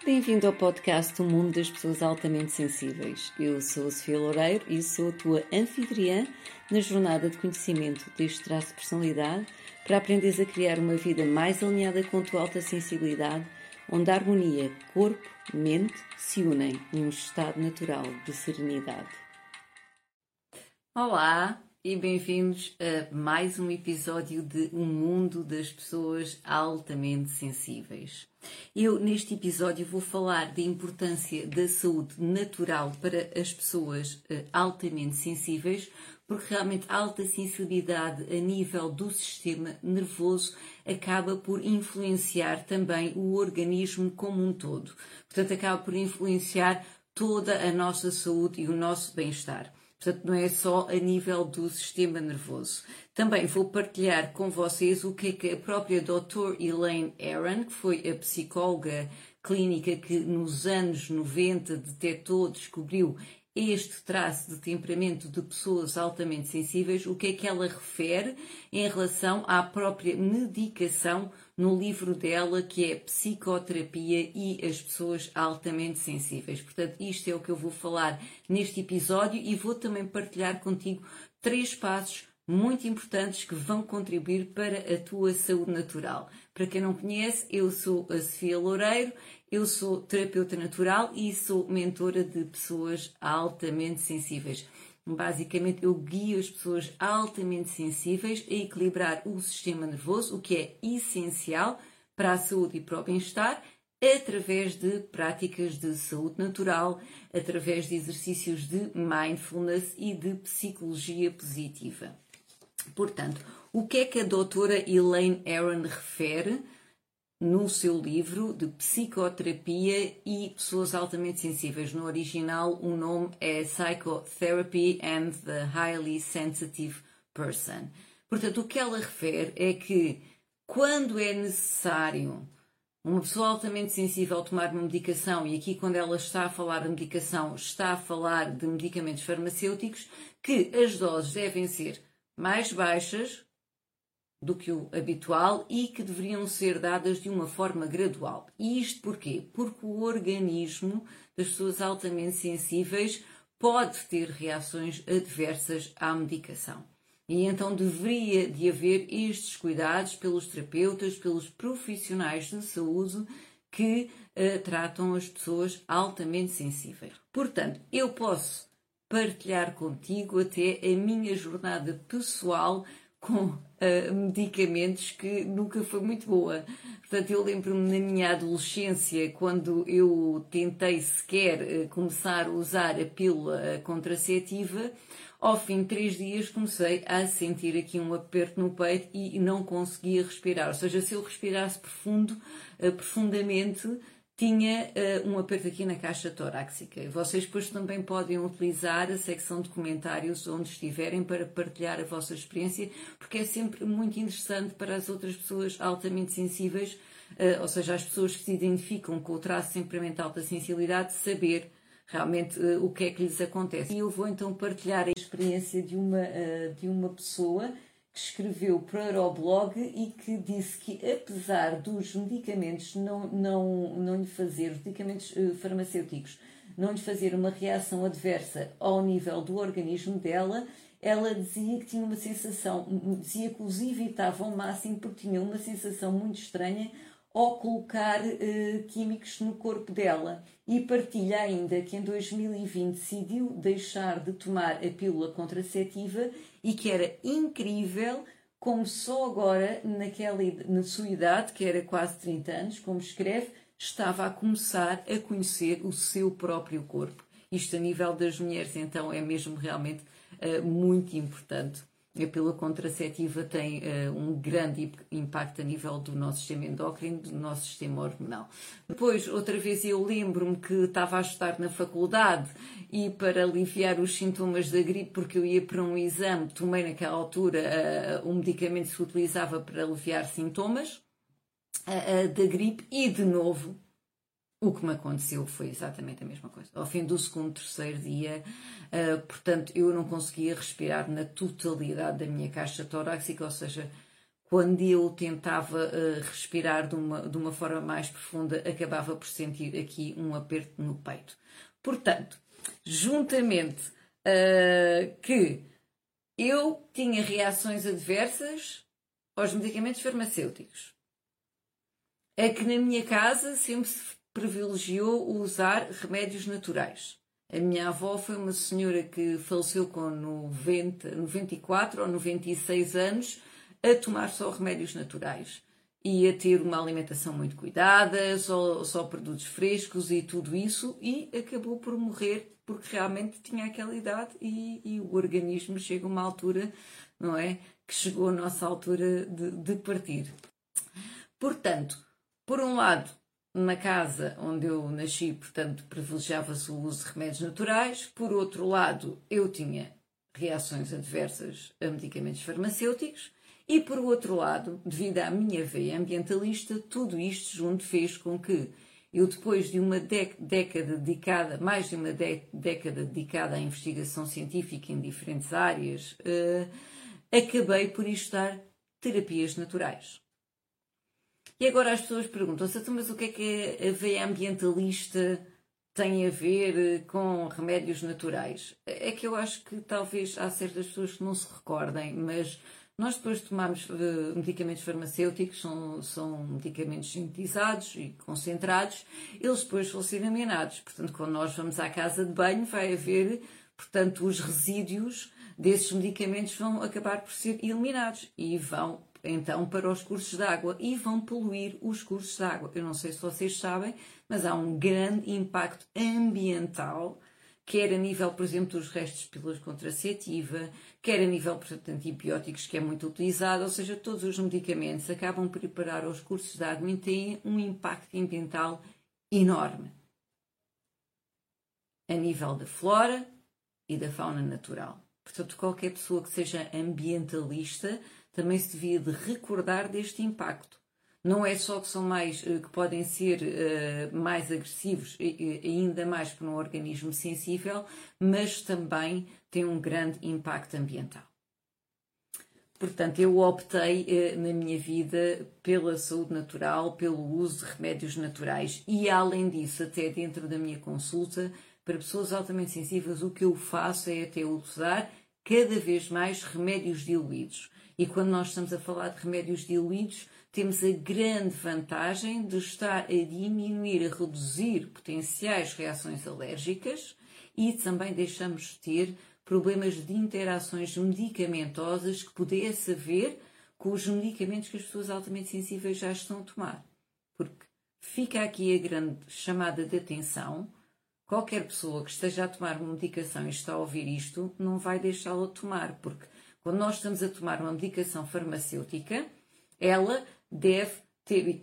Bem-vindo ao podcast O Mundo das Pessoas Altamente Sensíveis. Eu sou a Sofia Loureiro e sou a tua anfitriã na jornada de conhecimento deste traço de personalidade para aprenderes a criar uma vida mais alinhada com a tua alta sensibilidade, onde a harmonia corpo-mente se unem num estado natural de serenidade. Olá e bem-vindos a mais um episódio de O Mundo das Pessoas Altamente Sensíveis. Eu, neste episódio, vou falar da importância da saúde natural para as pessoas altamente sensíveis, porque realmente a alta sensibilidade a nível do sistema nervoso acaba por influenciar também o organismo como um todo. Portanto, acaba por influenciar toda a nossa saúde e o nosso bem-estar. Portanto, não é só a nível do sistema nervoso. Também vou partilhar com vocês o que a própria Dr. Elaine Aron, que foi a psicóloga clínica que nos anos 90 descobriu este traço de temperamento de pessoas altamente sensíveis, o que é que ela refere em relação à própria medicação no livro dela, que é Psicoterapia e as Pessoas Altamente Sensíveis. Portanto, isto é o que eu vou falar neste episódio e vou também partilhar contigo 3 passos muito importantes que vão contribuir para a tua saúde natural. Para quem não conhece, eu sou a Sofia Loureiro, eu sou terapeuta natural e sou mentora de pessoas altamente sensíveis. Basicamente, eu guio as pessoas altamente sensíveis a equilibrar o sistema nervoso, o que é essencial para a saúde e para o bem-estar, através de práticas de saúde natural, através de exercícios de mindfulness e de psicologia positiva. Portanto, o que é que a doutora Elaine Aron refere no seu livro de Psicoterapia e Pessoas Altamente Sensíveis? No original, o nome é Psychotherapy and the Highly Sensitive Person. Portanto, o que ela refere é que quando é necessário uma pessoa altamente sensível tomar uma medicação, e aqui quando ela está a falar de medicação, está a falar de medicamentos farmacêuticos, que as doses devem ser mais baixas do que o habitual e que deveriam ser dadas de uma forma gradual. E isto porquê? Porque o organismo das pessoas altamente sensíveis pode ter reações adversas à medicação. E então deveria de haver estes cuidados pelos terapeutas, pelos profissionais de saúde que tratam as pessoas altamente sensíveis. Portanto, eu posso partilhar contigo até a minha jornada pessoal com medicamentos que nunca foi muito boa. Portanto, eu lembro-me na minha adolescência, quando eu tentei sequer começar a usar a pílula contraceptiva, ao fim de 3 dias comecei a sentir aqui um aperto no peito e não conseguia respirar. Ou seja, se eu respirasse profundamente, tinha um aperto aqui na caixa torácica. Vocês depois também podem utilizar a secção de comentários onde estiverem para partilhar a vossa experiência, porque é sempre muito interessante para as outras pessoas altamente sensíveis, ou seja, as pessoas que se identificam com o traço de temperamento de alta sensibilidade, saber realmente o que é que lhes acontece. E eu vou então partilhar a experiência de uma pessoa que escreveu para o blog e que disse que, apesar dos medicamentos não lhe fazer, os medicamentos farmacêuticos, não lhe fazer uma reação adversa ao nível do organismo dela, ela dizia que tinha uma sensação, dizia que os evitava ao máximo porque tinha uma sensação muito estranha ao colocar químicos no corpo dela. E partilha ainda que em 2020 decidiu deixar de tomar a pílula contraceptiva e que era incrível como só agora, na sua idade, que era quase 30 anos, como escreve, estava a começar a conhecer o seu próprio corpo. Isto a nível das mulheres, então, é mesmo realmente muito importante. A pílula contraceptiva tem um grande impacto a nível do nosso sistema endócrino, do nosso sistema hormonal. Depois, outra vez, eu lembro-me que estava a estudar na faculdade e para aliviar os sintomas da gripe, porque eu ia para um exame, tomei naquela altura um medicamento que se utilizava para aliviar sintomas da gripe e, de novo, o que me aconteceu foi exatamente a mesma coisa. Ao fim do segundo, terceiro dia, portanto, eu não conseguia respirar na totalidade da minha caixa torácica, ou seja, quando eu tentava respirar de uma forma mais profunda, acabava por sentir aqui um aperto no peito. Portanto, juntamente que eu tinha reações adversas aos medicamentos farmacêuticos, é que na minha casa sempre se privilegiou usar remédios naturais. A minha avó foi uma senhora que faleceu com 94 ou 96 anos a tomar só remédios naturais e a ter uma alimentação muito cuidada, só produtos frescos e tudo isso, e acabou por morrer porque realmente tinha aquela idade e o organismo chega a uma altura, não é? Que chegou a nossa altura de partir. Portanto, por um lado, na casa onde eu nasci, portanto, privilegiava-se o uso de remédios naturais. Por outro lado, eu tinha reações adversas a medicamentos farmacêuticos. E por outro lado, devido à minha veia ambientalista, tudo isto junto fez com que eu, depois de uma década dedicada, mais de uma década dedicada à investigação científica em diferentes áreas, acabei por estudar terapias naturais. E agora as pessoas perguntam-se, mas o que é a veia ambientalista tem a ver com remédios naturais? É que eu acho que talvez há certas pessoas que não se recordem, mas nós depois de tomarmos medicamentos farmacêuticos, são medicamentos sintetizados e concentrados, eles depois vão ser eliminados. Portanto, quando nós vamos à casa de banho, vai haver, portanto, os resíduos desses medicamentos vão acabar por ser eliminados e vão então para os cursos de água e vão poluir os cursos de água. Eu não sei se vocês sabem, mas há um grande impacto ambiental, quer a nível, por exemplo, dos restos de pílulas contraceptiva, quer a nível, portanto, de antibióticos, que é muito utilizado, ou seja, todos os medicamentos acabam por ir parar aos cursos de água e têm um impacto ambiental enorme a nível da flora e da fauna natural. Portanto, qualquer pessoa que seja ambientalista também se devia de recordar deste impacto. Não é só que são que podem ser mais agressivos, ainda mais para um organismo sensível, mas também têm um grande impacto ambiental. Portanto, eu optei na minha vida pela saúde natural, pelo uso de remédios naturais e, além disso, até dentro da minha consulta, para pessoas altamente sensíveis, o que eu faço é até usar cada vez mais remédios diluídos. E quando nós estamos a falar de remédios diluídos, temos a grande vantagem de estar a diminuir, a reduzir potenciais reações alérgicas e também deixamos de ter problemas de interações medicamentosas que pudesse haver com os medicamentos que as pessoas altamente sensíveis já estão a tomar. Porque fica aqui a grande chamada de atenção. Qualquer pessoa que esteja a tomar uma medicação e está a ouvir isto, não vai deixá-la tomar, porque quando nós estamos a tomar uma medicação farmacêutica, ela deve ter,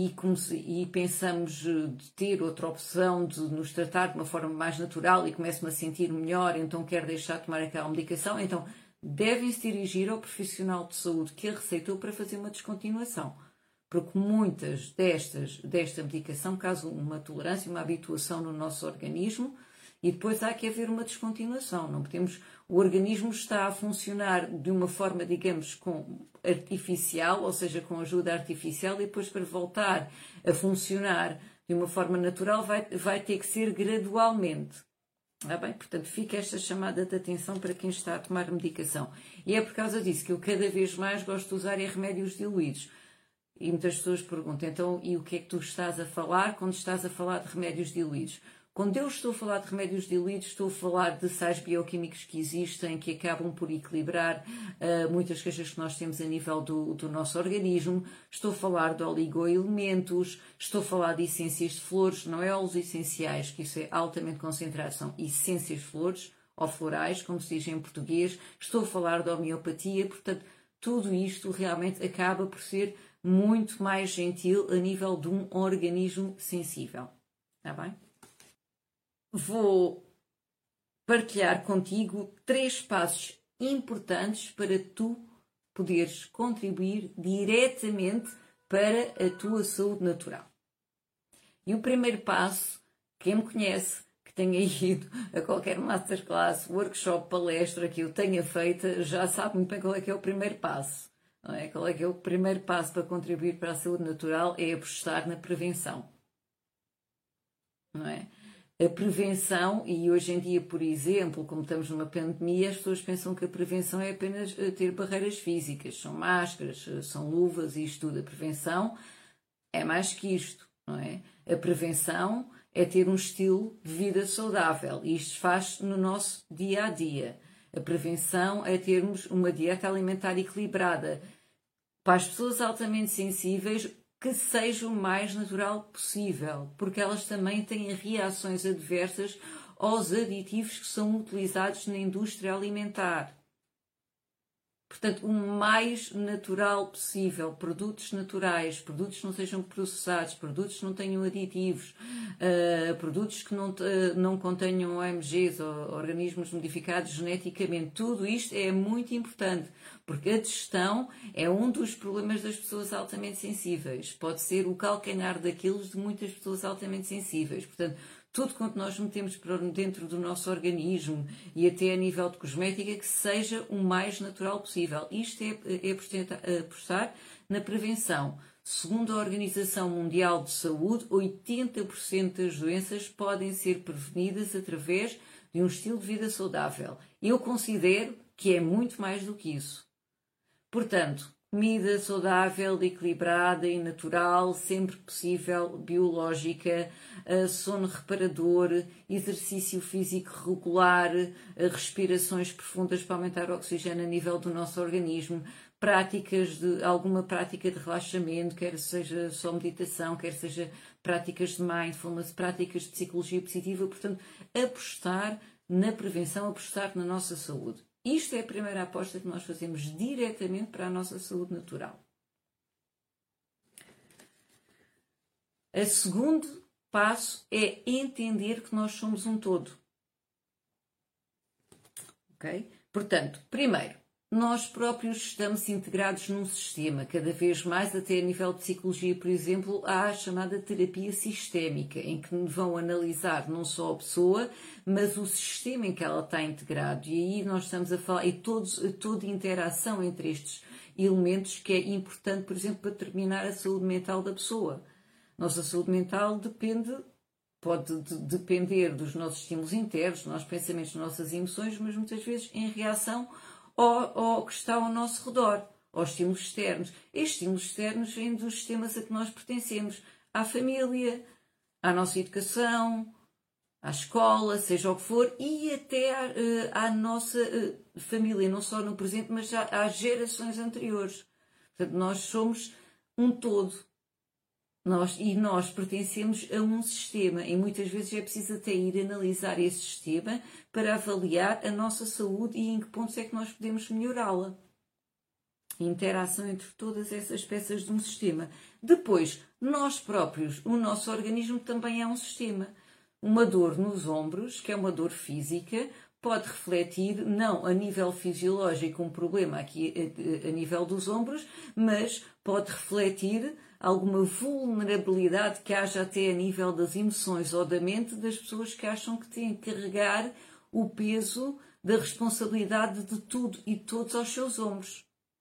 e pensamos de ter outra opção de nos tratar de uma forma mais natural e começo-me a sentir melhor, então quero deixar de tomar aquela medicação, então devem-se dirigir ao profissional de saúde que a receitou para fazer uma descontinuação. Porque muitas desta medicação causam uma tolerância, uma habituação no nosso organismo e depois há que haver uma descontinuação. Não podemos, o organismo está a funcionar de uma forma, digamos, artificial, ou seja, com ajuda artificial, e depois para voltar a funcionar de uma forma natural vai ter que ser gradualmente. Está bem? Portanto, fica esta chamada de atenção para quem está a tomar medicação. E é por causa disso que eu cada vez mais gosto de usar remédios diluídos. E muitas pessoas perguntam, então, e o que é que tu estás a falar quando estás a falar de remédios diluídos? Quando eu estou a falar de remédios diluídos, estou a falar de sais bioquímicos que existem, que acabam por equilibrar muitas queixas que nós temos a nível do nosso organismo. Estou a falar de oligoelementos, estou a falar de essências de flores, não é óleos essenciais, que isso é altamente concentrado, são essências de flores, ou florais, como se diz em português. Estou a falar de homeopatia, portanto, tudo isto realmente acaba por ser muito mais gentil a nível de um organismo sensível. Está bem? Vou partilhar contigo 3 passos importantes para tu poderes contribuir diretamente para a tua saúde natural. E o primeiro passo, quem me conhece, que tenha ido a qualquer masterclass, workshop, palestra que eu tenha feita, já sabe muito bem qual é que é o primeiro passo. não é? Qual é que é o primeiro passo para contribuir para a saúde natural? É apostar na prevenção, não é? A prevenção, e hoje em dia, por exemplo, como estamos numa pandemia, as pessoas pensam que a prevenção é apenas ter barreiras físicas, são máscaras, são luvas e isto tudo. A prevenção é mais que isto, não é? A prevenção é ter um estilo de vida saudável e isto faz no nosso dia a dia. A prevenção é termos uma dieta alimentar equilibrada. Para as pessoas altamente sensíveis, que seja o mais natural possível, porque elas também têm reações adversas aos aditivos que são utilizados na indústria alimentar. Portanto, o mais natural possível, produtos naturais, produtos que não sejam processados, produtos que não tenham aditivos, produtos que não contenham OMGs, ou organismos modificados geneticamente, tudo isto é muito importante, porque a digestão é um dos problemas das pessoas altamente sensíveis. Pode ser o calcanhar daqueles de muitas pessoas altamente sensíveis. Portanto, tudo quanto nós metemos para dentro do nosso organismo e até a nível de cosmética, que seja o mais natural possível. Isto é apostar na prevenção. Segundo a Organização Mundial de Saúde, 80% das doenças podem ser prevenidas através de um estilo de vida saudável. Eu considero que é muito mais do que isso. Portanto, comida saudável, equilibrada e natural, sempre possível, biológica, sono reparador, exercício físico regular, respirações profundas para aumentar o oxigênio a nível do nosso organismo, alguma prática de relaxamento, quer seja só meditação, quer seja práticas de mindfulness, práticas de psicologia positiva, portanto, apostar na prevenção, apostar na nossa saúde. Isto é a primeira aposta que nós fazemos diretamente para a nossa saúde natural. O segundo passo é entender que nós somos um todo. Ok? Portanto, primeiro, nós próprios estamos integrados num sistema, cada vez mais, até a nível de psicologia, por exemplo, há a chamada terapia sistémica, em que vão analisar não só a pessoa, mas o sistema em que ela está integrado. E aí nós estamos a falar, e toda a interação entre estes elementos que é importante, por exemplo, para determinar a saúde mental da pessoa. Nossa saúde mental pode depender dos nossos estímulos internos, dos nossos pensamentos, das nossas emoções, mas muitas vezes em reação ao que está ao nosso redor, aos estímulos externos. Estes estímulos externos vêm dos sistemas a que nós pertencemos, à família, à nossa educação, à escola, seja o que for, e até à nossa família, não só no presente, mas já às gerações anteriores. Portanto, nós somos um todo. Nós pertencemos a um sistema e muitas vezes é preciso até ir analisar esse sistema para avaliar a nossa saúde e em que pontos é que nós podemos melhorá-la. Interação entre todas essas peças de um sistema. Depois, nós próprios, o nosso organismo também é um sistema. Uma dor nos ombros, que é uma dor física, pode refletir, não a nível fisiológico, um problema aqui a nível dos ombros, mas pode refletir alguma vulnerabilidade que haja até a nível das emoções ou da mente das pessoas que acham que têm que carregar o peso da responsabilidade de tudo e todos aos seus ombros.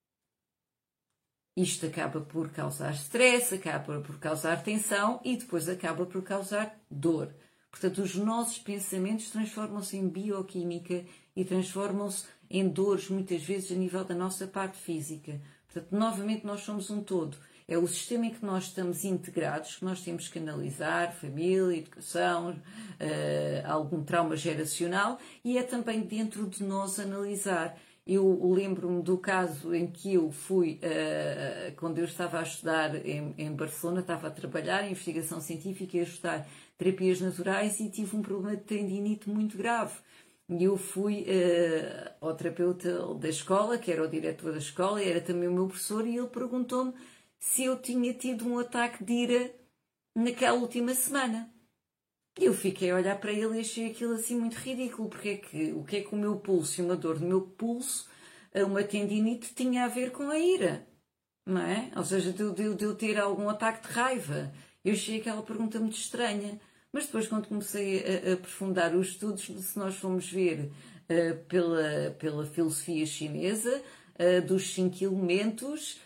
Isto acaba por causar stress, acaba por causar tensão e depois acaba por causar dor. Portanto, os nossos pensamentos transformam-se em bioquímica e transformam-se em dores, muitas vezes, a nível da nossa parte física. Portanto, novamente, nós somos um todo. É o sistema em que nós estamos integrados, que nós temos que analisar, família, educação, algum trauma geracional, e é também dentro de nós analisar. Eu lembro-me do caso em que eu fui, quando eu estava a estudar em Barcelona, estava a trabalhar em investigação científica e a estudar terapias naturais e tive um problema de tendinite muito grave. E eu fui ao terapeuta da escola, que era o diretor da escola, e era também o meu professor, e ele perguntou-me se eu tinha tido um ataque de ira naquela última semana. E eu fiquei a olhar para ele e achei aquilo assim muito ridículo, porque o que é que o meu pulso e uma dor do meu pulso, uma tendinite, tinha a ver com a ira, não é? Ou seja, de eu ter algum ataque de raiva. Eu achei aquela pergunta muito estranha. Mas depois, quando comecei a aprofundar os estudos, se nós formos ver pela filosofia chinesa, dos 5 elementos.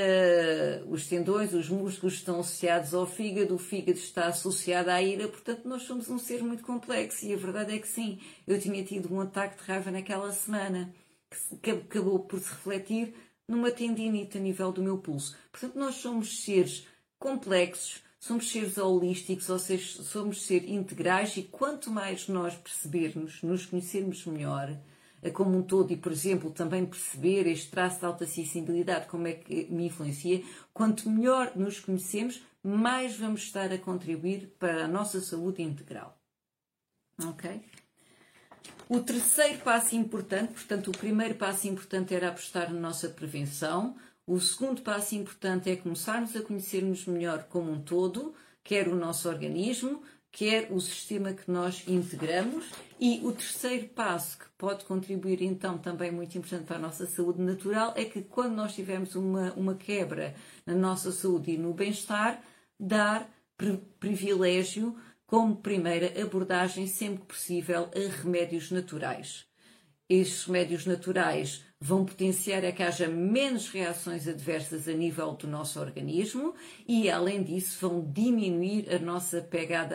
Os tendões, os músculos estão associados ao fígado, o fígado está associado à ira, portanto nós somos um ser muito complexo e a verdade é que sim, eu tinha tido um ataque de raiva naquela semana que acabou por se refletir numa tendinite a nível do meu pulso. Portanto nós somos seres complexos, somos seres holísticos, ou seja, somos seres integrais e quanto mais nós percebermos, nos conhecermos melhor, como um todo, e, por exemplo, também perceber este traço de alta sensibilidade, como é que me influencia, quanto melhor nos conhecemos, mais vamos estar a contribuir para a nossa saúde integral. Ok? O terceiro passo importante, portanto, o primeiro passo importante era apostar na nossa prevenção. O segundo passo importante é começarmos a conhecermos melhor como um todo, quer o nosso organismo, quer o sistema que nós integramos. E o terceiro passo, que pode contribuir então também muito importante para a nossa saúde natural, é que quando nós tivermos uma quebra na nossa saúde e no bem-estar, dar privilégio como primeira abordagem, sempre que possível, a remédios naturais. Estes remédios naturais vão potenciar a que haja menos reações adversas a nível do nosso organismo e, além disso, vão diminuir a nossa pegada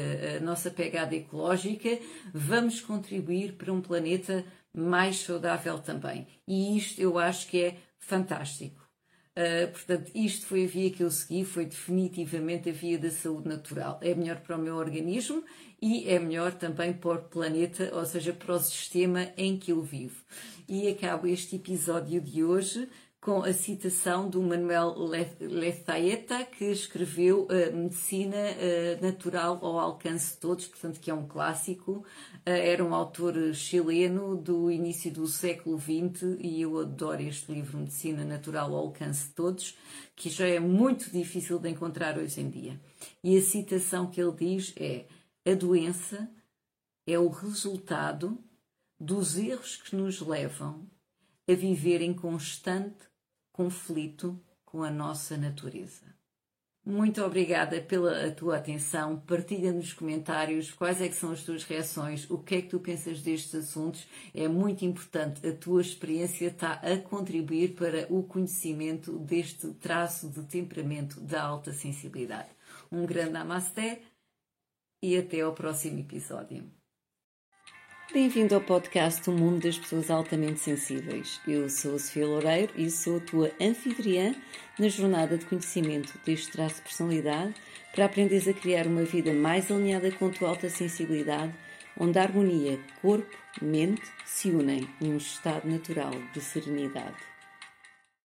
ecológica, vamos contribuir para um planeta mais saudável também. E isto eu acho que é fantástico. Portanto, isto foi a via que eu segui, foi definitivamente a via da saúde natural. É melhor para o meu organismo e é melhor também para o planeta, ou seja, para o sistema em que eu vivo. E acabo este episódio de hoje com a citação do Manuel Lezaeta, que escreveu Medicina Natural ao Alcance de Todos, portanto que é um clássico. Era um autor chileno do início do século XX e eu adoro este livro, Medicina Natural ao Alcance de Todos, que já é muito difícil de encontrar hoje em dia. E a citação que ele diz é: a doença é o resultado dos erros que nos levam a viver em constante conflito com a nossa natureza. Muito obrigada pela tua atenção. Partilha nos comentários quais é que são as tuas reações, o que é que tu pensas destes assuntos. É muito importante, a tua experiência está a contribuir para o conhecimento deste traço de temperamento da alta sensibilidade. Um grande namasté e até ao próximo episódio. Bem-vindo ao podcast O Mundo das Pessoas Altamente Sensíveis. Eu sou a Sofia Loureiro e sou a tua anfitriã na jornada de conhecimento deste traço de personalidade para aprenderes a criar uma vida mais alinhada com a tua alta sensibilidade, onde a harmonia corpo-mente se unem num estado natural de serenidade.